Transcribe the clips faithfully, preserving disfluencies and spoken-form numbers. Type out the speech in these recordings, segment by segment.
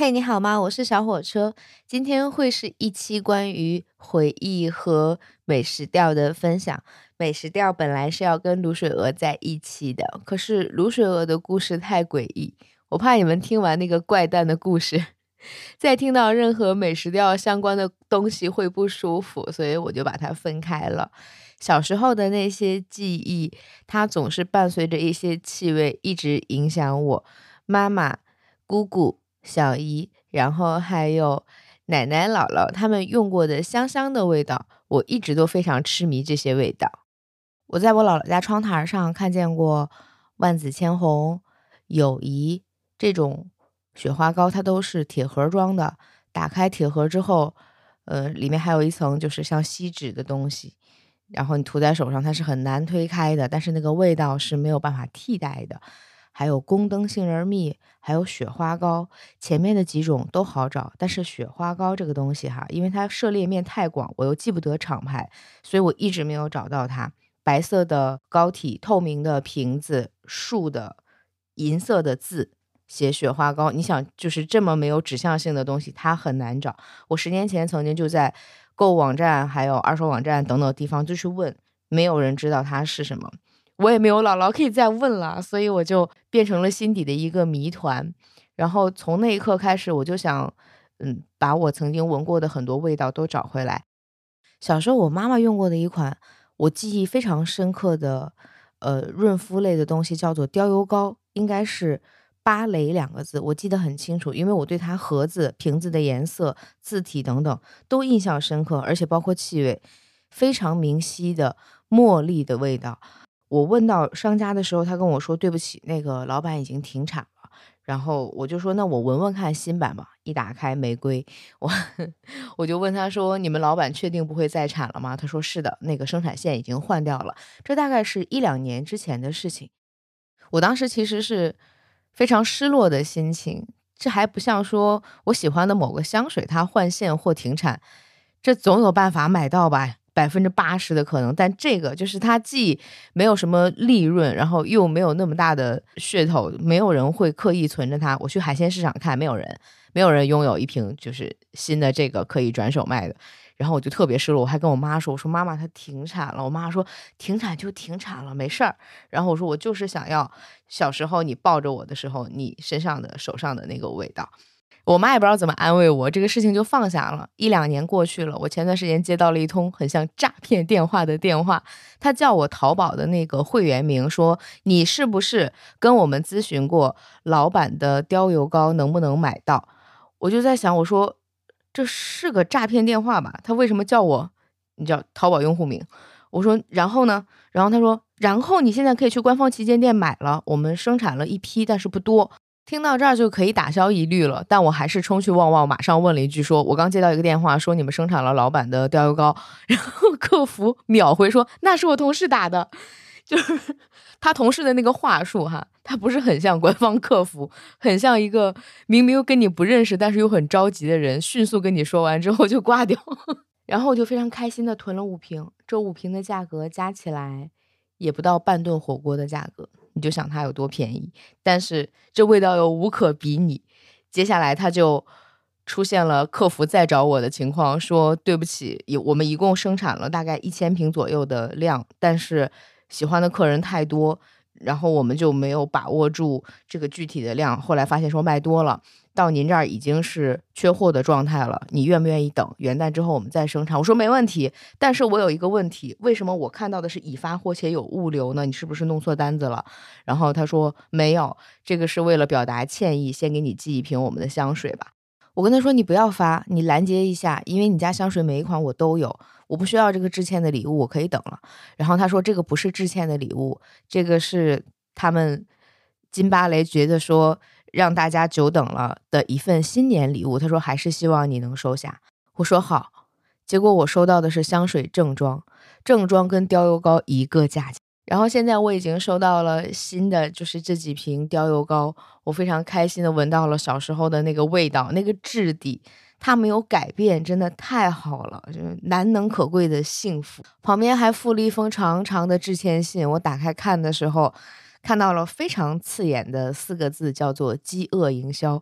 嘿，你好吗？我是小火车。今天会是一期关于回忆和美食调的分享。美食调本来是要跟卤水鹅在一起的，可是卤水鹅的故事太诡异，我怕你们听完那个怪诞的故事，再听到任何美食调相关的东西会不舒服，所以我就把它分开了。小时候的那些记忆，它总是伴随着一些气味一直影响我。妈妈、姑姑、小姨，然后还有奶奶、姥姥他们用过的香香的味道，我一直都非常痴迷这些味道。我在我姥姥家窗台上看见过万紫千红、友谊这种雪花膏，它都是铁盒装的，打开铁盒之后，呃，里面还有一层就是像锡纸的东西，然后你涂在手上，它是很难推开的，但是那个味道是没有办法替代的。还有宫灯杏仁蜜，还有雪花膏，前面的几种都好找，但是雪花膏这个东西哈，因为它涉猎面太广，我又记不得厂牌，所以我一直没有找到它。白色的膏体，透明的瓶子，竖的银色的字，写雪花膏，你想就是这么没有指向性的东西，它很难找。我十年前曾经就在购物网站还有二手网站等等地方就去问，没有人知道它是什么。我也没有姥姥可以再问了，所以我就变成了心底的一个谜团。然后从那一刻开始，我就想嗯，把我曾经闻过的很多味道都找回来。小时候我妈妈用过的一款我记忆非常深刻的呃润肤类的东西叫做雕油膏，应该是芭蕾两个字，我记得很清楚，因为我对它盒子、瓶子的颜色、字体等等都印象深刻，而且包括气味，非常明晰的茉莉的味道。我问到商家的时候，他跟我说对不起，那个老板已经停产了。然后我就说那我闻闻看新版吧，一打开玫瑰，我我就问他说你们老板确定不会再产了吗？他说是的，那个生产线已经换掉了，这大概是一两年之前的事情。我当时其实是非常失落的心情，这还不像说我喜欢的某个香水它换线或停产，这总有办法买到吧，百分之八十的可能，但这个就是它既没有什么利润，然后又没有那么大的噱头，没有人会刻意存着它。我去海鲜市场看，没有人，没有人拥有一瓶就是新的这个可以转手卖的。然后我就特别失落，我还跟我妈说，我说妈妈它停产了，我妈说停产就停产了，没事儿。然后我说我就是想要小时候你抱着我的时候，你身上的手上的那个味道。我妈也不知道怎么安慰我，这个事情就放下了。一两年过去了，我前段时间接到了一通很像诈骗电话的电话，他叫我淘宝的那个会员名，说你是不是跟我们咨询过老板的雕油膏能不能买到？我就在想，我说这是个诈骗电话吧？他为什么叫我你叫淘宝用户名？我说然后呢？然后他说然后你现在可以去官方旗舰店买了，我们生产了一批，但是不多。听到这儿就可以打消疑虑了，但我还是冲去旺旺，马上问了一句说我刚接到一个电话说你们生产了老板的雕油膏，然后客服秒回说那是我同事打的，就是他同事的那个话术哈，他不是很像官方客服，很像一个明明跟你不认识但是又很着急的人，迅速跟你说完之后就挂掉。然后我就非常开心的囤了五瓶，这五瓶的价格加起来也不到半顿火锅的价格，你就想它有多便宜，但是这味道又无可比拟。接下来他就出现了客服再找我的情况，说对不起，我们一共生产了大概一千瓶左右的量，但是喜欢的客人太多，然后我们就没有把握住这个具体的量，后来发现说卖多了，到您这儿已经是缺货的状态了，你愿不愿意等元旦之后我们再生产？我说没问题，但是我有一个问题，为什么我看到的是已发货且有物流呢？你是不是弄错单子了？然后他说没有，这个是为了表达歉意，先给你寄一瓶我们的香水吧。我跟他说你不要发，你拦截一下，因为你家香水每一款我都有，我不需要这个致歉的礼物，我可以等了。然后他说这个不是致歉的礼物，这个是他们金巴雷觉得说让大家久等了的一份新年礼物，他说还是希望你能收下。我说好，结果我收到的是香水正装，正装跟雕油膏一个价钱。然后现在我已经收到了新的，就是这几瓶雕油膏，我非常开心的闻到了小时候的那个味道，那个质地它没有改变，真的太好了，就是难能可贵的幸福。旁边还附了一封长长的致歉信，我打开看的时候看到了非常刺眼的四个字，叫做饥饿营销。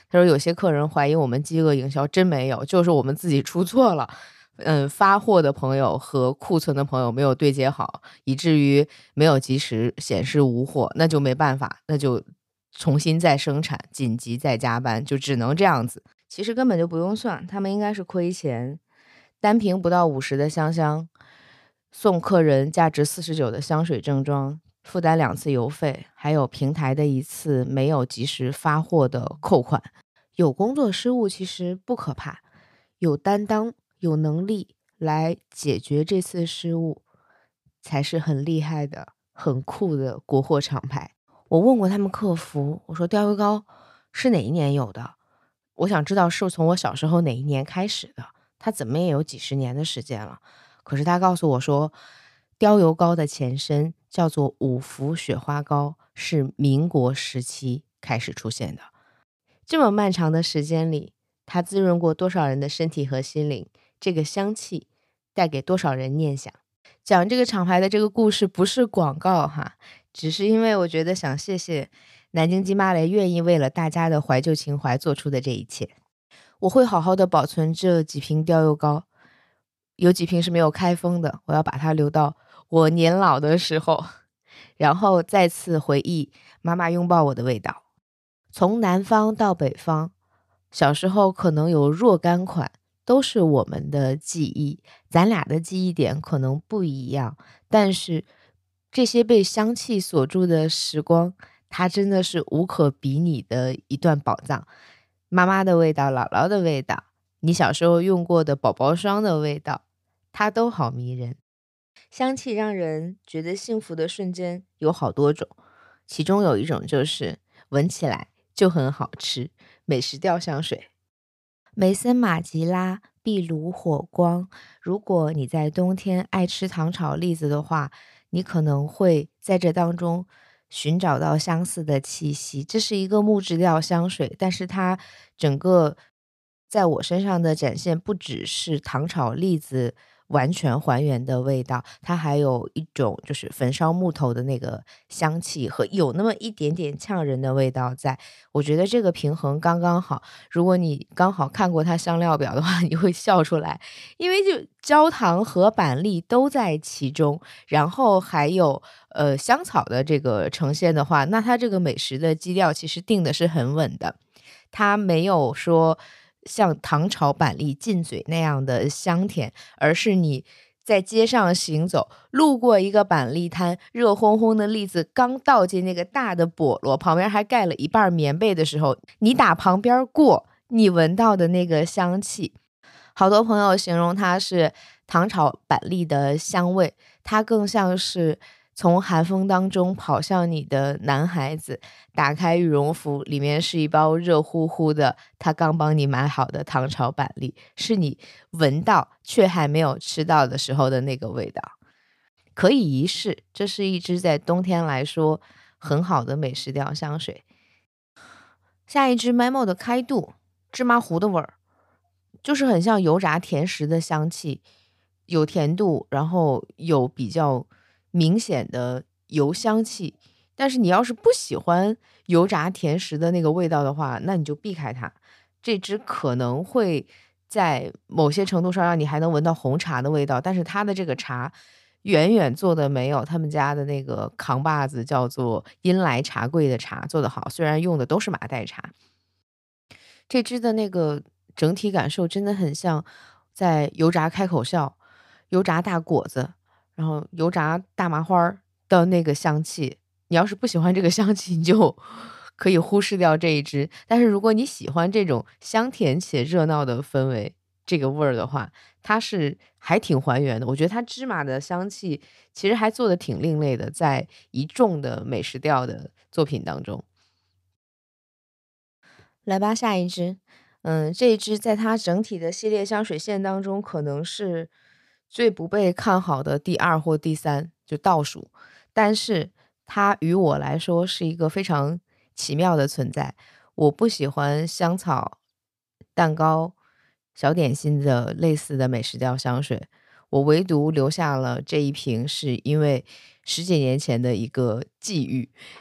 他说有些客人怀疑我们饥饿营销，真没有，就是我们自己出错了。嗯，发货的朋友和库存的朋友没有对接好，以至于没有及时显示无货，那就没办法，那就重新再生产，紧急再加班，就只能这样子。其实根本就不用算，他们应该是亏钱。单瓶不到五十的香香，送客人价值四十九的香水正装，负担两次邮费，还有平台的一次没有及时发货的扣款。有工作失误其实不可怕，有担当有能力来解决这次失误才是很厉害的很酷的国货厂牌。我问过他们客服，我说吊油膏是哪一年有的，我想知道是从我小时候哪一年开始的，它怎么也有几十年的时间了。可是他告诉我说，貂油膏的前身叫做五福雪花膏，是民国时期开始出现的。这么漫长的时间里，它滋润过多少人的身体和心灵，这个香气带给多少人念想。讲这个厂牌的这个故事不是广告哈，只是因为我觉得想谢谢南京金马雷愿意为了大家的怀旧情怀做出的这一切。我会好好的保存这几瓶貂油膏，有几瓶是没有开封的，我要把它留到我年老的时候，然后再次回忆妈妈拥抱我的味道。从南方到北方，小时候可能有若干款都是我们的记忆，咱俩的记忆点可能不一样，但是这些被香气锁住的时光，它真的是无可比拟的一段宝藏。妈妈的味道，姥姥的味道，你小时候用过的宝宝霜的味道，它都好迷人。香气让人觉得幸福的瞬间有好多种，其中有一种就是闻起来就很好吃，美食调香水。梅森马吉拉壁炉火光，如果你在冬天爱吃糖炒栗子的话，你可能会在这当中寻找到相似的气息。这是一个木质调香水，但是它整个在我身上的展现不只是糖炒栗子完全还原的味道，它还有一种就是焚烧木头的那个香气和有那么一点点呛人的味道在。我觉得这个平衡刚刚好，如果你刚好看过它香料表的话，你会笑出来，因为就焦糖和板栗都在其中，然后还有呃香草的这个呈现的话，那它这个美食的基调其实定的是很稳的，它没有说像糖炒板栗进嘴那样的香甜，而是你在街上行走，路过一个板栗摊，热烘烘的栗子刚倒进那个大的笸箩，旁边还盖了一半棉被的时候，你打旁边过，你闻到的那个香气。好多朋友形容它是糖炒板栗的香味，它更像是从寒风当中跑向你的男孩子，打开羽绒服，里面是一包热乎乎的他刚帮你买好的糖炒板栗，是你闻到却还没有吃到的时候的那个味道。可以一试，这是一支在冬天来说很好的美食调香水。下一支 Memo 的开度，芝麻糊的味儿，就是很像油炸甜食的香气，有甜度，然后有比较明显的油香气。但是你要是不喜欢油炸甜食的那个味道的话，那你就避开它。这支可能会在某些程度上让你还能闻到红茶的味道，但是它的这个茶远远做的没有他们家的那个扛把子叫做茵莱茶柜的茶做的好，虽然用的都是马黛茶。这支的那个整体感受真的很像在油炸开口笑，油炸大果子，然后油炸大麻花的那个香气。你要是不喜欢这个香气，你就可以忽视掉这一支。但是如果你喜欢这种香甜且热闹的氛围，这个味儿的话，它是还挺还原的。我觉得它芝麻的香气其实还做的挺另类的，在一众的美食调的作品当中。来吧，下一支。嗯，这一支在它整体的系列香水线当中，可能是最不被看好的第二或第三，就倒数。但是它与我来说是一个非常奇妙的存在。我不喜欢香草、蛋糕、小点心的类似的美食调香水，我唯独留下了这一瓶，是因为十几年前的一个际遇。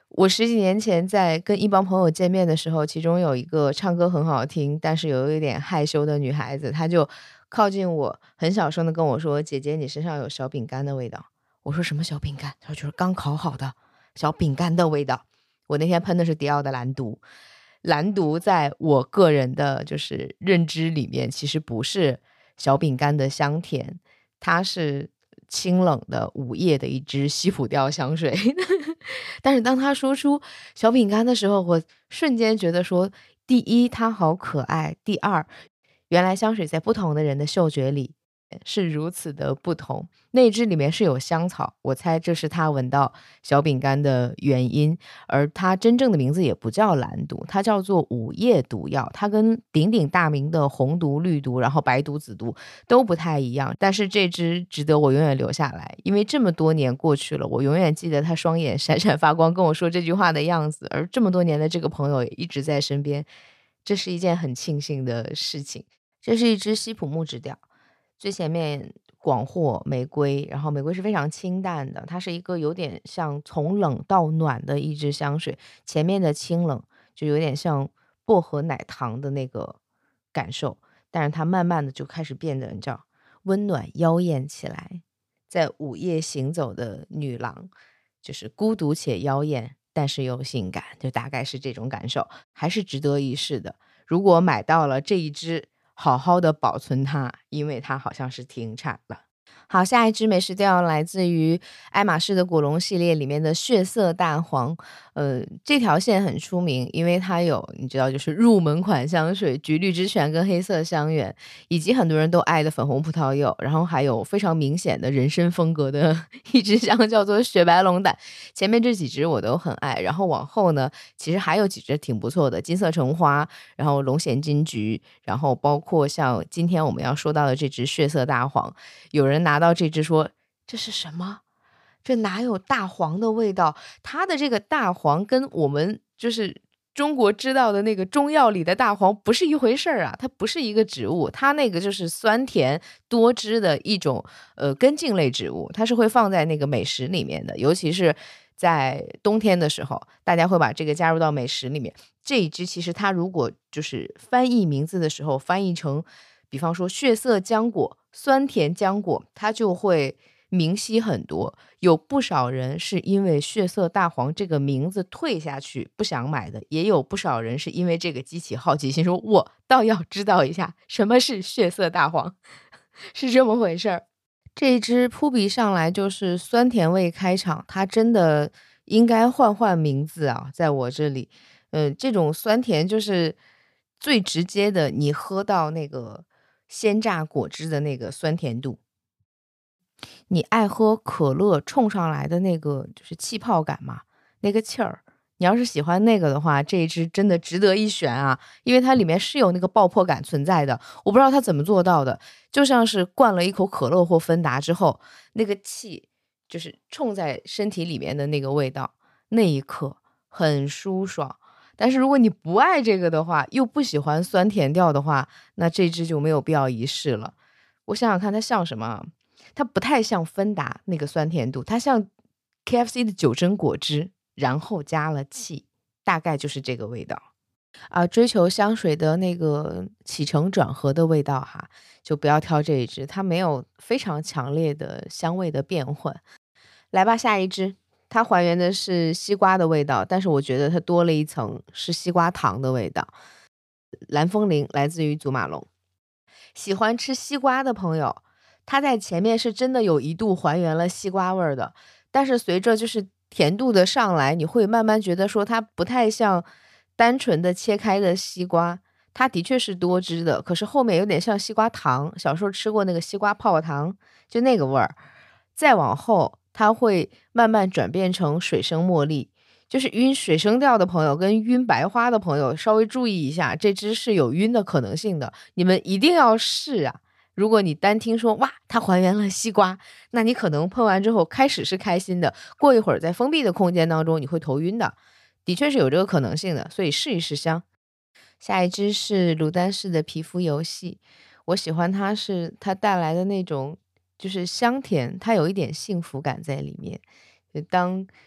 我十几年前在跟一帮朋友见面的时候，其中有一个唱歌很好听，但是有一点害羞的女孩子，她就靠近我，很小声的跟我说：姐姐，你身上有小饼干的味道。我说什么小饼干？她说就是刚烤好的小饼干的味道。我那天喷的是迪奥的蓝毒，蓝毒在我个人的就是认知里面，其实不是小饼干的香甜，它是清冷的午夜的一支西普调香水。但是当他说出小饼干的时候，我瞬间觉得说，第一它好可爱，第二原来香水在不同的人的嗅觉里是如此的不同。那支里面是有香草，我猜这是他闻到小饼干的原因，而它真正的名字也不叫蓝毒，它叫做午夜毒药。它跟鼎鼎大名的红毒、绿毒，然后白毒、紫毒都不太一样，但是这支值得我永远留下来，因为这么多年过去了，我永远记得他双眼闪闪发光跟我说这句话的样子，而这么多年的这个朋友也一直在身边，这是一件很庆幸的事情。这是一支西普木质调，最前面广藿玫瑰，然后玫瑰是非常清淡的，它是一个有点像从冷到暖的一支香水，前面的清冷就有点像薄荷奶糖的那个感受，但是它慢慢的就开始变得你知道温暖妖艳起来，在午夜行走的女郎就是孤独且妖艳，但是又性感，就大概是这种感受，还是值得一试的。如果买到了这一支，好好的保存它，因为它好像是停产了。好，下一支美食调来自于爱马仕的古龙系列里面的血色大黄。呃，这条线很出名，因为它有你知道就是入门款香水橘绿之泉跟黑色香橼，以及很多人都爱的粉红葡萄柚，然后还有非常明显的人参风格的一支香叫做雪白龙胆。前面这几支我都很爱，然后往后呢其实还有几支挺不错的，金色橙花，然后龙涎金桔，然后包括像今天我们要说到的这支血色大黄，有人拿到这支说这是什么？这哪有大黄的味道？它的这个大黄跟我们就是中国知道的那个中药里的大黄不是一回事儿啊，它不是一个植物，它那个就是酸甜多汁的一种呃根茎类植物，它是会放在那个美食里面的，尤其是在冬天的时候，大家会把这个加入到美食里面。这一支其实它如果就是翻译名字的时候翻译成比方说血色浆果、酸甜浆果，它就会明晰很多。有不少人是因为血色大黄这个名字退下去不想买的，也有不少人是因为这个激起好奇心，说我倒要知道一下什么是血色大黄。是这么回事儿。这一支扑鼻上来就是酸甜味开场，它真的应该换换名字啊，在我这里。嗯，这种酸甜就是最直接的，你喝到那个鲜榨果汁的那个酸甜度。你爱喝可乐冲上来的那个就是气泡感嘛，那个气儿，你要是喜欢那个的话，这一支真的值得一选啊，因为它里面是有那个爆破感存在的，我不知道它怎么做到的，就像是灌了一口可乐或芬达之后，那个气就是冲在身体里面的那个味道，那一刻很舒爽。但是如果你不爱这个的话，又不喜欢酸甜调的话，那这支就没有必要一试了。我想想看它像什么，它不太像芬达那个酸甜度，它像 K F C 的九珍果汁，然后加了气，大概就是这个味道啊。追求香水的那个起承转合的味道哈，就不要挑这一支，它没有非常强烈的香味的变换。来吧，下一支，它还原的是西瓜的味道，但是我觉得它多了一层是西瓜糖的味道。蓝风铃来自于祖马龙。喜欢吃西瓜的朋友，它在前面是真的有一度还原了西瓜味的，但是随着就是甜度的上来，你会慢慢觉得说它不太像单纯的切开的西瓜，它的确是多汁的，可是后面有点像西瓜糖，小时候吃过那个西瓜泡泡糖，就那个味儿。再往后它会慢慢转变成水生茉莉，就是晕水生调的朋友跟晕白花的朋友稍微注意一下，这支是有晕的可能性的，你们一定要试啊。如果你单听说哇它还原了西瓜，那你可能喷完之后开始是开心的，过一会儿在封闭的空间当中你会头晕的，的确是有这个可能性的，所以试一试香。下一支是卢丹氏的皮肤游戏，我喜欢它是它带来的那种就是香甜，它有一点幸福感在里面。就当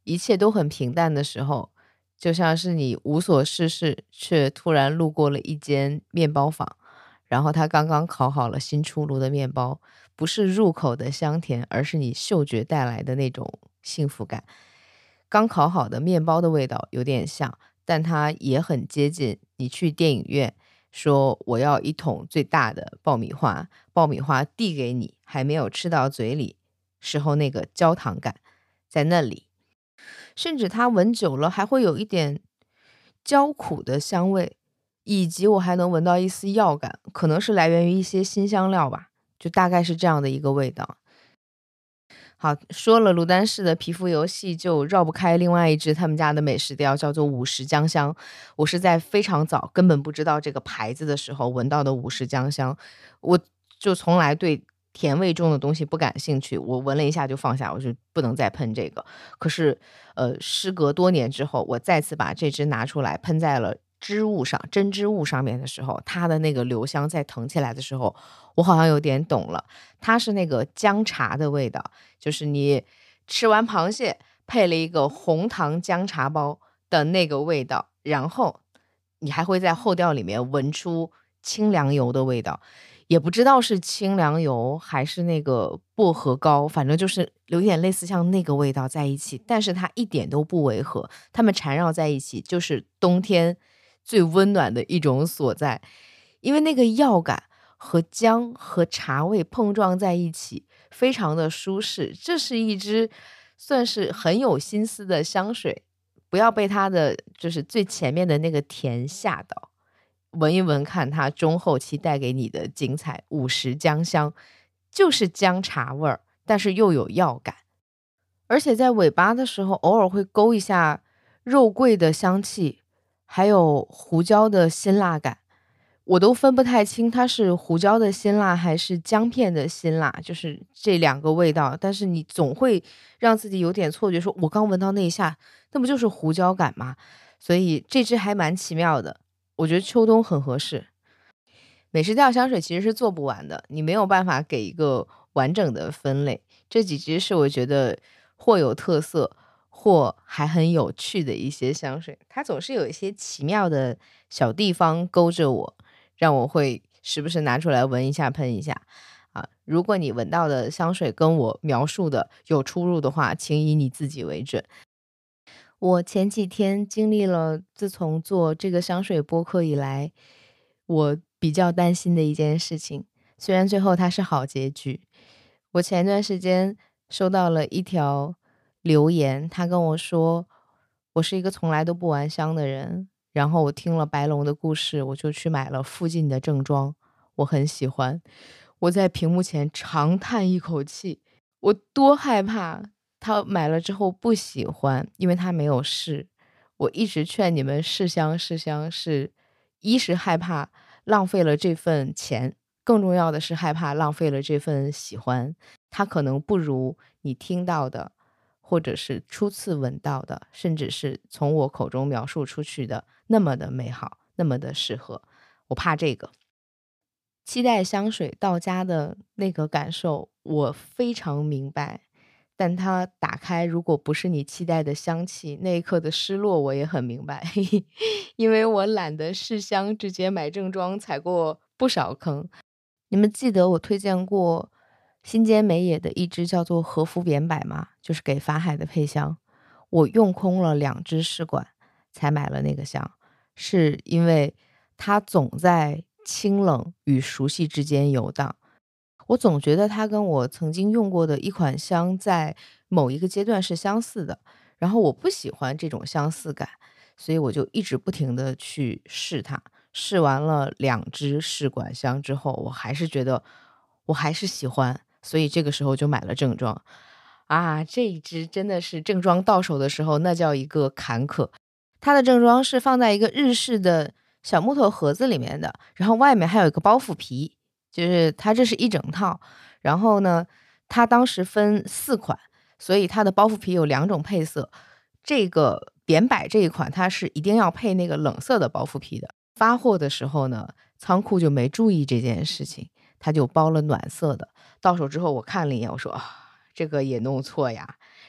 一切都很平淡的时候，就像是你无所事事，却突然路过了一间面包坊，然后他刚刚烤好了新出炉的面包，不是入口的香甜，而是你嗅觉带来的那种幸福感。刚烤好的面包的味道有点像，但它也很接近你去电影院说我要一桶最大的爆米花，爆米花递给你还没有吃到嘴里时候那个焦糖感在那里。甚至它闻久了还会有一点焦苦的香味，以及我还能闻到一丝药感，可能是来源于一些新香料吧，就大概是这样的一个味道。好，说了卢丹氏的皮肤游戏，就绕不开另外一支他们家的美食调，叫做五十姜香。我是在非常早根本不知道这个牌子的时候闻到的五十姜香，我就从来对甜味重的东西不感兴趣，我闻了一下就放下，我就不能再喷这个。可是呃，时隔多年之后，我再次把这支拿出来喷在了织物上，针织物上面的时候，它的那个留香再腾起来的时候，我好像有点懂了，它是那个姜茶的味道，就是你吃完螃蟹配了一个红糖姜茶包的那个味道，然后你还会在后调里面闻出清凉油的味道，也不知道是清凉油还是那个薄荷膏，反正就是有点类似像那个味道在一起，但是它一点都不违和，它们缠绕在一起，就是冬天最温暖的一种所在。因为那个药感和姜和茶味碰撞在一起，非常的舒适。这是一支算是很有心思的香水，不要被它的就是最前面的那个甜吓到，闻一闻看它中后期带给你的精彩。五十姜香就是姜茶味儿，但是又有药感，而且在尾巴的时候偶尔会勾一下肉桂的香气，还有胡椒的辛辣感，我都分不太清它是胡椒的辛辣还是姜片的辛辣，就是这两个味道，但是你总会让自己有点错觉，说我刚闻到那一下那不就是胡椒感吗？所以这支还蛮奇妙的，我觉得秋冬很合适。美食调香水其实是做不完的，你没有办法给一个完整的分类，这几支是我觉得或有特色或还很有趣的一些香水，它总是有一些奇妙的小地方勾着我，让我会时不时拿出来闻一下喷一下啊。如果你闻到的香水跟我描述的有出入的话，请以你自己为准。我前几天经历了自从做这个香水播客以来，我比较担心的一件事情，虽然最后它是好结局。我前段时间收到了一条留言，他跟我说我是一个从来都不玩香的人，然后我听了白龙的故事，我就去买了附近的正装，我很喜欢。我在屏幕前长叹一口气，我多害怕他买了之后不喜欢，因为他没有试。我一直劝你们试香试香，是一是害怕浪费了这份钱，更重要的是害怕浪费了这份喜欢。它可能不如你听到的或者是初次闻到的，甚至是从我口中描述出去的那么的美好，那么的适合。我怕这个期待香水到家的那个感受我非常明白，但它打开如果不是你期待的香气，那一刻的失落我也很明白。因为我懒得试香，直接买正装，踩过不少坑。你们记得我推荐过新间美野的一支叫做和服扁柏吗？就是给法海的配香。我用空了两支试管才买了那个香，是因为它总在清冷与熟悉之间游荡。我总觉得它跟我曾经用过的一款香在某一个阶段是相似的，然后我不喜欢这种相似感，所以我就一直不停的去试它。试完了两支试管香之后，我还是觉得我还是喜欢，所以这个时候就买了正装。啊，这一支真的是正装到手的时候那叫一个坎坷。它的正装是放在一个日式的小木头盒子里面的，然后外面还有一个包袱皮，就是它这是一整套。然后呢，它当时分四款，所以它的包袱皮有两种配色。这个扁柏这一款它是一定要配那个冷色的包袱皮的，发货的时候呢，仓库就没注意这件事情，它就包了暖色的。到手之后我看了一眼，我说啊，这个也弄错呀。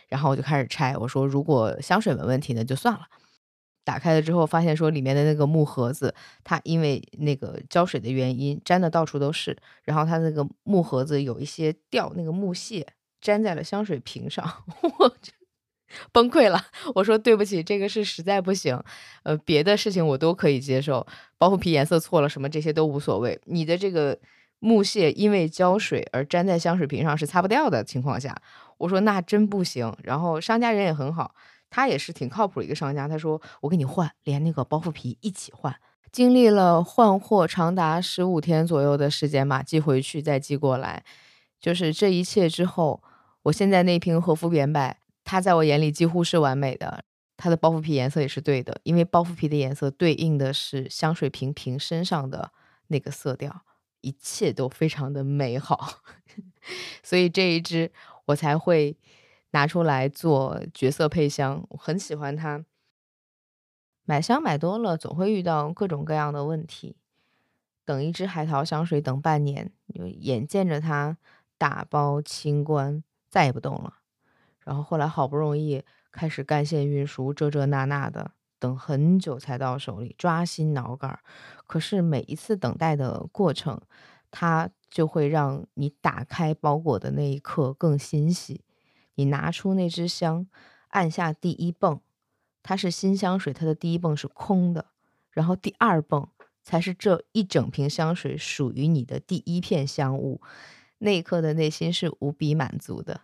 然后我就开始拆，我说如果香水没问题呢就算了。打开了之后发现说里面的那个木盒子，它因为那个胶水的原因粘的到处都是，然后它那个木盒子有一些掉那个木屑粘在了香水瓶上，我崩溃了。我说对不起，这个是实在不行，呃，别的事情我都可以接受，包袱皮颜色错了什么这些都无所谓，你的这个木屑因为胶水而粘在香水瓶上是擦不掉的情况下，我说那真不行。然后商家人也很好，他也是挺靠谱的一个商家，他说我给你换，连那个包袱皮一起换。经历了换货长达十五天左右的时间嘛，寄回去再寄过来，就是这一切之后，我现在那瓶和肤扁百，它在我眼里几乎是完美的，它的包袱皮颜色也是对的，因为包袱皮的颜色对应的是香水瓶瓶身上的那个色调，一切都非常的美好所以这一支我才会拿出来做角色配香，我很喜欢它。买香买多了总会遇到各种各样的问题，等一支海淘香水等半年，就眼见着它打包清关再也不动了，然后后来好不容易开始干线运输，这这那那的，等很久才到手里，抓心挠肝。可是每一次等待的过程，它就会让你打开包裹的那一刻更欣喜。你拿出那支香，按下第一泵，它是新香水，它的第一泵是空的，然后第二泵才是这一整瓶香水属于你的第一片香雾，那一刻的内心是无比满足的。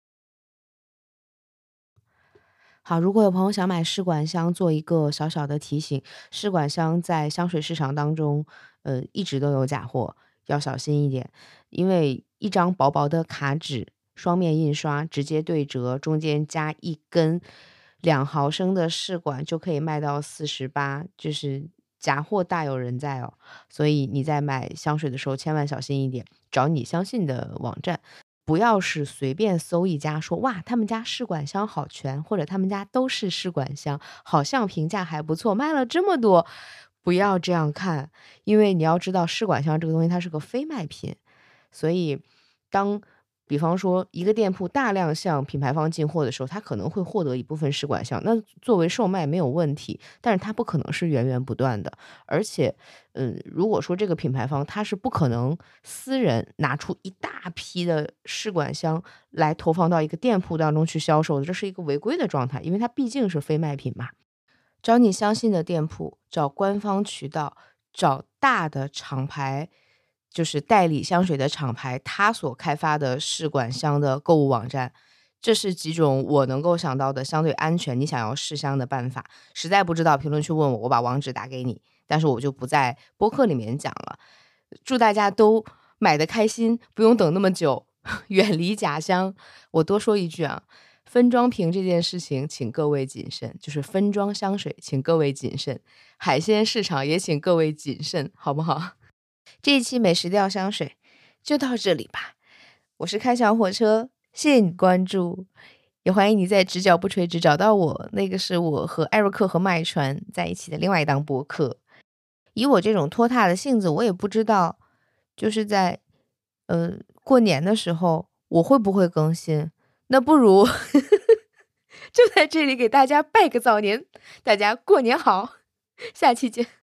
好，如果有朋友想买试管香，做一个小小的提醒，试管香在香水市场当中，呃，一直都有假货，要小心一点。因为一张薄薄的卡纸，双面印刷，直接对折，中间加一根两毫升的试管就可以卖到四十八，就是假货大有人在哦。所以你在买香水的时候千万小心一点，找你相信的网站。不要是随便搜一家说哇他们家试管香好全，或者他们家都是试管香，好像评价还不错，卖了这么多，不要这样看。因为你要知道试管香这个东西它是个非卖品，所以当比方说一个店铺大量向品牌方进货的时候，它可能会获得一部分试管香，那作为售卖没有问题，但是它不可能是源源不断的。而且嗯，如果说这个品牌方它是不可能私人拿出一大批的试管香来投放到一个店铺当中去销售的，这是一个违规的状态，因为它毕竟是非卖品嘛。找你相信的店铺，找官方渠道，找大的厂牌，就是代理香水的厂牌，它所开发的试管香的购物网站，这是几种我能够想到的相对安全你想要试香的办法。实在不知道评论区问我，我把网址打给你，但是我就不在播客里面讲了。祝大家都买得开心，不用等那么久，远离假香。我多说一句啊，分装瓶这件事情请各位谨慎，就是分装香水请各位谨慎，海鲜市场也请各位谨慎，好不好？这一期美食调香水就到这里吧，我是开小火车，谢谢你关注，也欢迎你在直角不垂直找到我，那个是我和艾瑞克和麦传在一起的另外一档播客。以我这种拖沓的性子，我也不知道就是在呃过年的时候我会不会更新，那不如就在这里给大家拜个早年，大家过年好，下期见。